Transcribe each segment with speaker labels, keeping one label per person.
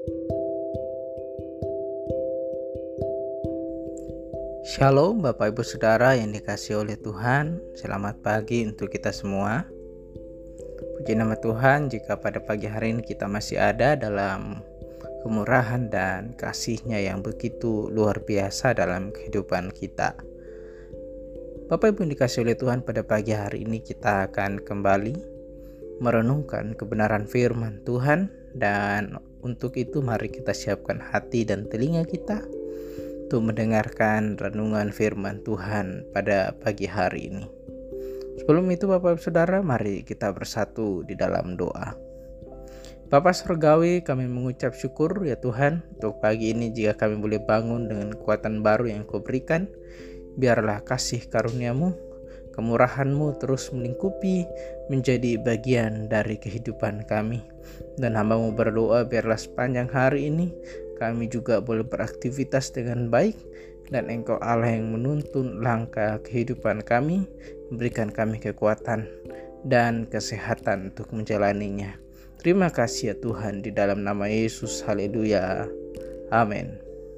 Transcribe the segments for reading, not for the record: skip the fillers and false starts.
Speaker 1: Shalom Bapak Ibu Saudara yang dikasihi oleh Tuhan. Selamat pagi untuk kita semua. Puji nama Tuhan jika pada pagi hari ini kita masih ada dalam kemurahan dan kasih-Nya yang begitu luar biasa dalam kehidupan kita. Bapak Ibu yang dikasihi oleh Tuhan, pada pagi hari ini kita akan kembali merenungkan kebenaran firman Tuhan, dan untuk itu mari kita siapkan hati dan telinga kita untuk mendengarkan renungan firman Tuhan pada pagi hari ini. Sebelum itu Bapak Ibu Saudara, mari kita bersatu di dalam doa. Bapa Surgawi, kami mengucap syukur ya Tuhan untuk pagi ini jika kami boleh bangun dengan kekuatan baru yang Kau berikan. Biarlah kasih karunia-Mu, kemurahan-Mu terus melingkupi menjadi bagian dari kehidupan kami. Dan hamba-Mu berdoa biarlah sepanjang hari ini kami juga boleh beraktivitas dengan baik, dan Engkau Allah yang menuntun langkah kehidupan kami, memberikan kami kekuatan dan kesehatan untuk menjalaninya. Terima kasih ya Tuhan, di dalam nama Yesus, haleluya, amin.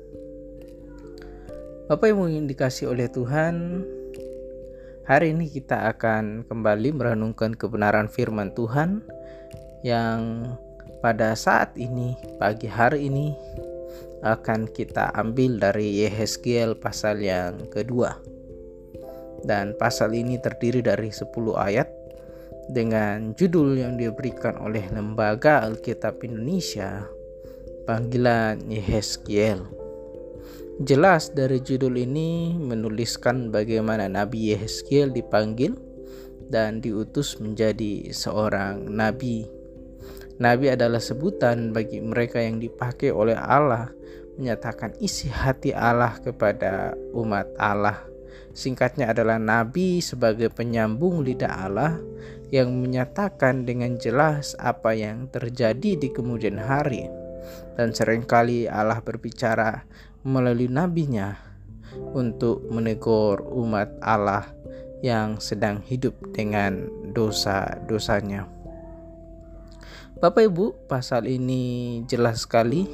Speaker 1: Bapak Ibu yang dikasihi oleh Tuhan, hari ini kita akan kembali merenungkan kebenaran firman Tuhan yang pada saat ini, pagi hari ini, akan kita ambil dari Yehezkiel pasal yang kedua. Dan pasal ini terdiri dari 10 ayat dengan judul yang diberikan oleh Lembaga Alkitab Indonesia, Panggilan Yehezkiel. Jelas dari judul ini menuliskan bagaimana Nabi Yehezkiel dipanggil dan diutus menjadi seorang nabi. Nabi adalah sebutan bagi mereka yang dipakai oleh Allah menyatakan isi hati Allah kepada umat Allah. Singkatnya adalah nabi sebagai penyambung lidah Allah yang menyatakan dengan jelas apa yang terjadi di kemudian hari. Dan seringkali Allah berbicara melalui nabinya untuk menegur umat Allah yang sedang hidup dengan dosa-dosanya. Bapak Ibu, pasal ini jelas sekali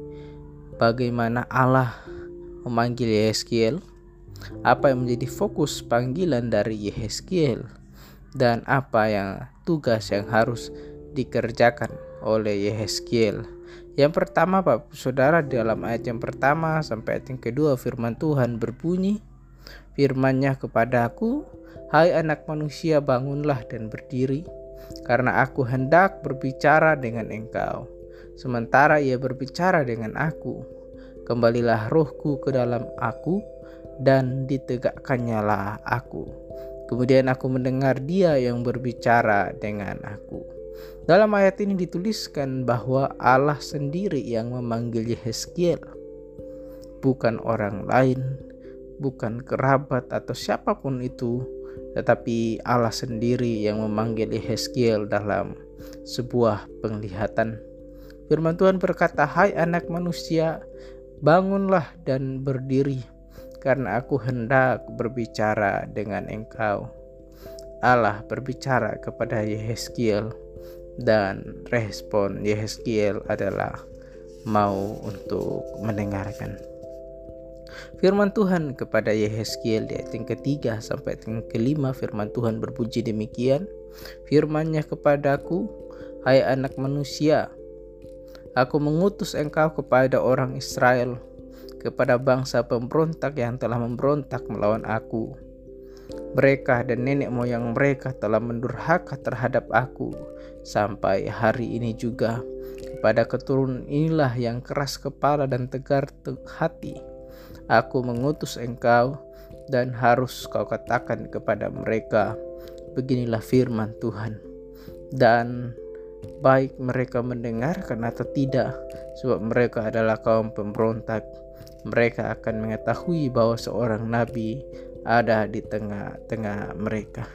Speaker 1: bagaimana Allah memanggil Yehezkiel, apa yang menjadi fokus panggilan dari Yehezkiel, dan apa yang tugas yang harus dikerjakan oleh Yehezkiel. Yang pertama Bapak Saudara, dalam ayat yang pertama sampai ayat yang kedua firman Tuhan berbunyi, firman-Nya kepadaku, hai anak manusia, bangunlah dan berdiri, karena aku hendak berbicara dengan engkau. Sementara ia berbicara dengan aku, kembalilah rohku ke dalam aku, dan ditegakkannya aku. Kemudian aku mendengar dia yang berbicara dengan aku. Dalam ayat ini dituliskan bahwa Allah sendiri yang memanggil Yehezkiel, bukan orang lain, bukan kerabat atau siapapun itu, tetapi Allah sendiri yang memanggil Yehezkiel dalam sebuah penglihatan. Firman Tuhan berkata, hai anak manusia, bangunlah dan berdiri, karena aku hendak berbicara dengan engkau. Allah berbicara kepada Yehezkiel, dan respon Yehezkiel adalah mau untuk mendengarkan. Firman Tuhan kepada Yehezkiel di ayat yang ketiga sampai ayat yang kelima, firman Tuhan berbunyi demikian, firman-Nya kepadaku, hai anak manusia, aku mengutus engkau kepada orang Israel, kepada bangsa pemberontak yang telah memberontak melawan aku. Mereka dan nenek moyang mereka telah mendurhaka terhadap aku sampai hari ini juga. Kepada keturunan inilah yang keras kepala dan tegar hati, aku mengutus engkau, dan harus kau katakan kepada mereka, beginilah firman Tuhan. Dan baik mereka mendengarkan atau tidak, sebab mereka adalah kaum pemberontak, mereka akan mengetahui bahwa seorang nabi ada di tengah-tengah mereka.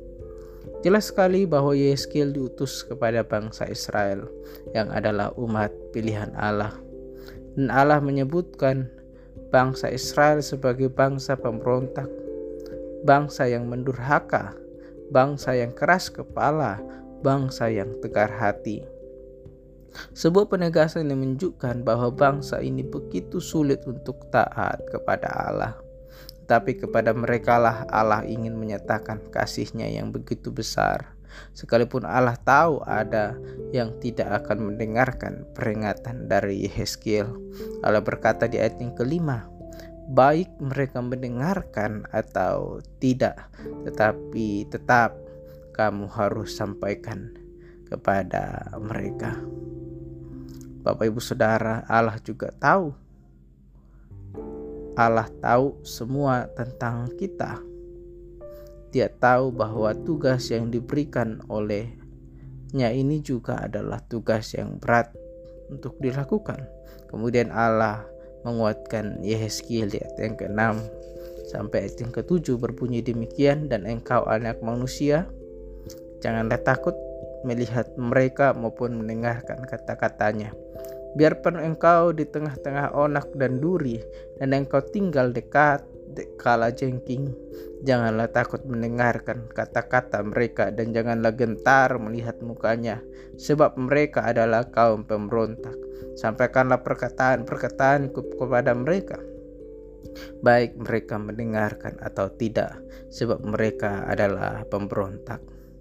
Speaker 1: Jelas sekali bahwa Yehezkiel diutus kepada bangsa Israel yang adalah umat pilihan Allah. Dan Allah menyebutkan bangsa Israel sebagai bangsa pemberontak, bangsa yang mendurhaka, bangsa yang keras kepala, bangsa yang tegar hati. Sebuah penegasan yang menunjukkan bahwa bangsa ini begitu sulit untuk taat kepada Allah. Tapi kepada mereka lah Allah ingin menyatakan kasih-Nya yang begitu besar. Sekalipun Allah tahu ada yang tidak akan mendengarkan peringatan dari Yehezkiel. Allah berkata di ayat yang kelima, baik mereka mendengarkan atau tidak, tetapi tetap kamu harus sampaikan kepada mereka. Bapak Ibu Saudara, Allah juga tahu. Allah tahu semua tentang kita. Dia tahu bahwa tugas yang diberikan olehnya ini juga adalah tugas yang berat untuk dilakukan. Kemudian Allah menguatkan Yehezkiel di ayat yang ke-6 sampai ayat yang ke-7 berbunyi demikian, dan engkau anak manusia, janganlah takut melihat mereka maupun mendengarkan kata-katanya. Biarpun engkau di tengah-tengah onak dan duri, dan engkau tinggal dekat kala jengking, janganlah takut mendengarkan kata-kata mereka, dan janganlah gentar melihat mukanya, sebab mereka adalah kaum pemberontak. Sampaikanlah perkataan-perkataanku kepada mereka, baik mereka mendengarkan atau tidak, sebab mereka adalah pemberontak.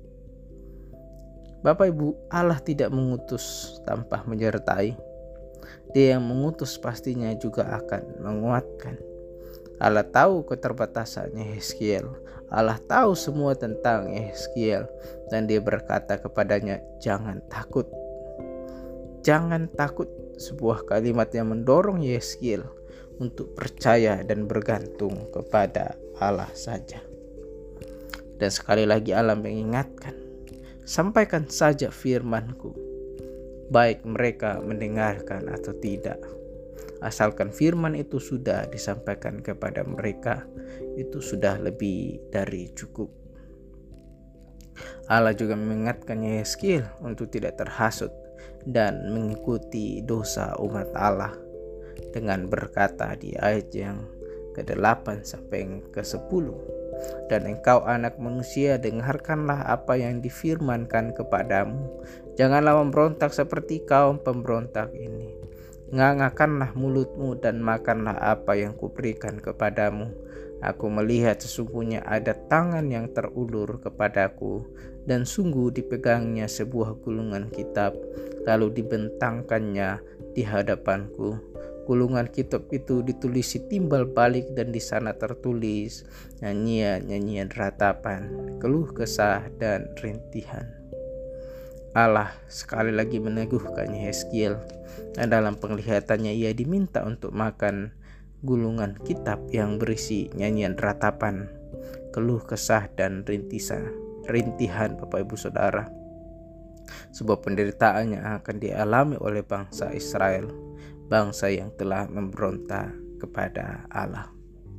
Speaker 1: Bapak Ibu, Allah tidak mengutus tanpa menyertai. Dia yang mengutus pastinya juga akan menguatkan. Allah tahu keterbatasannya Yehezkiel. Allah tahu semua tentang Yehezkiel, dan Dia berkata kepadanya, jangan takut. Jangan takut, sebuah kalimat yang mendorong Yehezkiel untuk percaya dan bergantung kepada Allah saja. Dan sekali lagi Allah mengingatkan, sampaikan saja firman-Ku, baik mereka mendengarkan atau tidak. Asalkan firman itu sudah disampaikan kepada mereka, itu sudah lebih dari cukup. Allah juga mengingatkan Yehezkiel untuk tidak terhasut dan mengikuti dosa umat Allah dengan berkata di ayat yang ke-8 sampai yang ke-10, dan engkau anak manusia, dengarkanlah apa yang difirmankan kepadamu. Janganlah memberontak seperti kaum pemberontak ini. Nganga-ngangkanlah mulutmu dan makanlah apa yang kuberikan kepadamu. Aku melihat sesungguhnya ada tangan yang terulur kepadaku, dan sungguh dipegangnya sebuah gulungan kitab, lalu dibentangkannya di hadapanku. Gulungan kitab itu ditulisi timbal balik, dan di sana tertulis nyanyian-nyanyian ratapan, keluh kesah dan rintihan. Allah sekali lagi meneguhkan Yehezkiel, dan dalam penglihatannya ia diminta untuk makan gulungan kitab yang berisi nyanyian ratapan, keluh kesah dan rintihan. Bapak Ibu Saudara, sebuah penderitaan yang akan dialami oleh bangsa Israel, bangsa yang telah memberontak kepada Allah.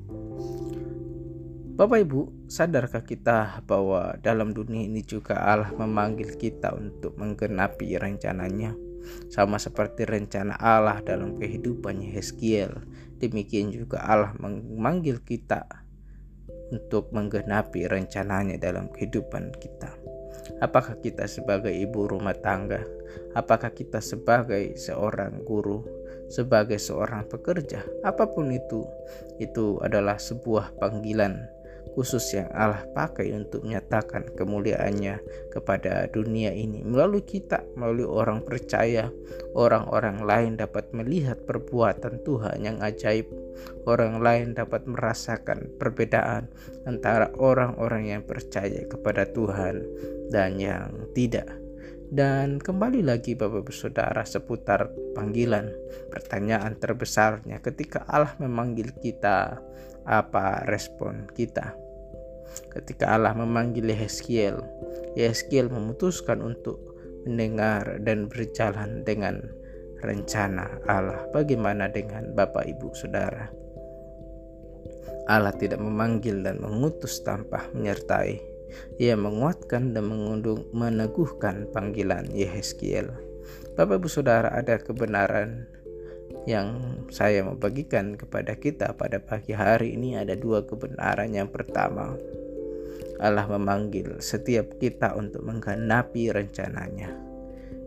Speaker 1: Bapak Ibu, sadarkah kita bahwa dalam dunia ini juga Allah memanggil kita untuk menggenapi rencananya? Sama seperti rencana Allah dalam kehidupan Yehezkiel, demikian juga Allah memanggil kita untuk menggenapi rencananya dalam kehidupan kita. Apakah kita sebagai ibu rumah tangga? Apakah kita sebagai seorang guru? Sebagai seorang pekerja? Apapun itu adalah sebuah panggilan khusus yang Allah pakai untuk menyatakan kemuliaannya kepada dunia ini. Melalui kita, melalui orang percaya, orang-orang lain dapat melihat perbuatan Tuhan yang ajaib. Orang lain dapat merasakan perbedaan antara orang-orang yang percaya kepada Tuhan dan yang tidak. Dan kembali lagi Bapak Ibu Saudara seputar panggilan, pertanyaan terbesarnya ketika Allah memanggil kita, apa respon kita? Ketika Allah memanggil Yehezkiel memutuskan untuk mendengar dan berjalan dengan rencana Allah. Bagaimana dengan Bapak Ibu Saudara? Allah tidak memanggil dan mengutus tanpa menyertai. Ia menguatkan dan meneguhkan panggilan Yehezkiel. Bapak Ibu Saudara, ada kebenaran yang saya mau bagikan kepada kita pada pagi hari ini. Ada dua kebenaran. Yang pertama, Allah memanggil setiap kita untuk menggenapi rencananya.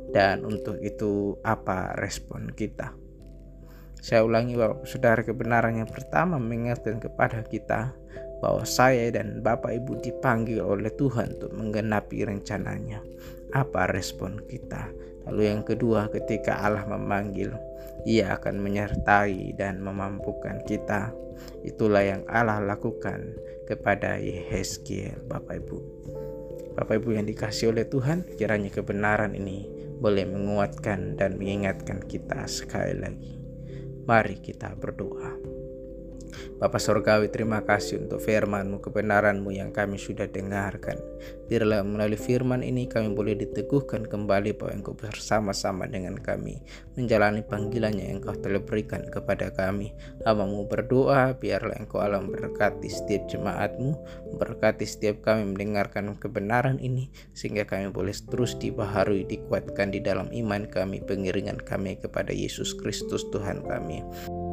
Speaker 1: Dan untuk itu apa respon kita? Saya ulangi Bapak Saudara, kebenaran yang pertama mengingatkan kepada kita bahwa saya dan Bapak Ibu dipanggil oleh Tuhan untuk menggenapi rencananya. Apa respon kita? Lalu yang kedua, ketika Allah memanggil, Ia akan menyertai dan memampukan kita. Itulah yang Allah lakukan kepada Yehezkiel. Bapak Ibu yang dikasihi oleh Tuhan, kiranya kebenaran ini boleh menguatkan dan mengingatkan kita sekali lagi. Mari kita berdoa. Bapa Sorgawi, terima kasih untuk firman-Mu, kebenaran-Mu yang kami sudah dengarkan. Biarlah melalui firman ini kami boleh diteguhkan kembali bahwa Engkau bersama-sama dengan kami menjalani panggilan yang Engkau telah berikan kepada kami. Hamba-Mu berdoa, biarlah Engkau Allah memberkati setiap jemaat-Mu, memberkati setiap kami mendengarkan kebenaran ini, sehingga kami boleh terus dibaharui, dikuatkan di dalam iman kami, pengiringan kami kepada Yesus Kristus Tuhan kami.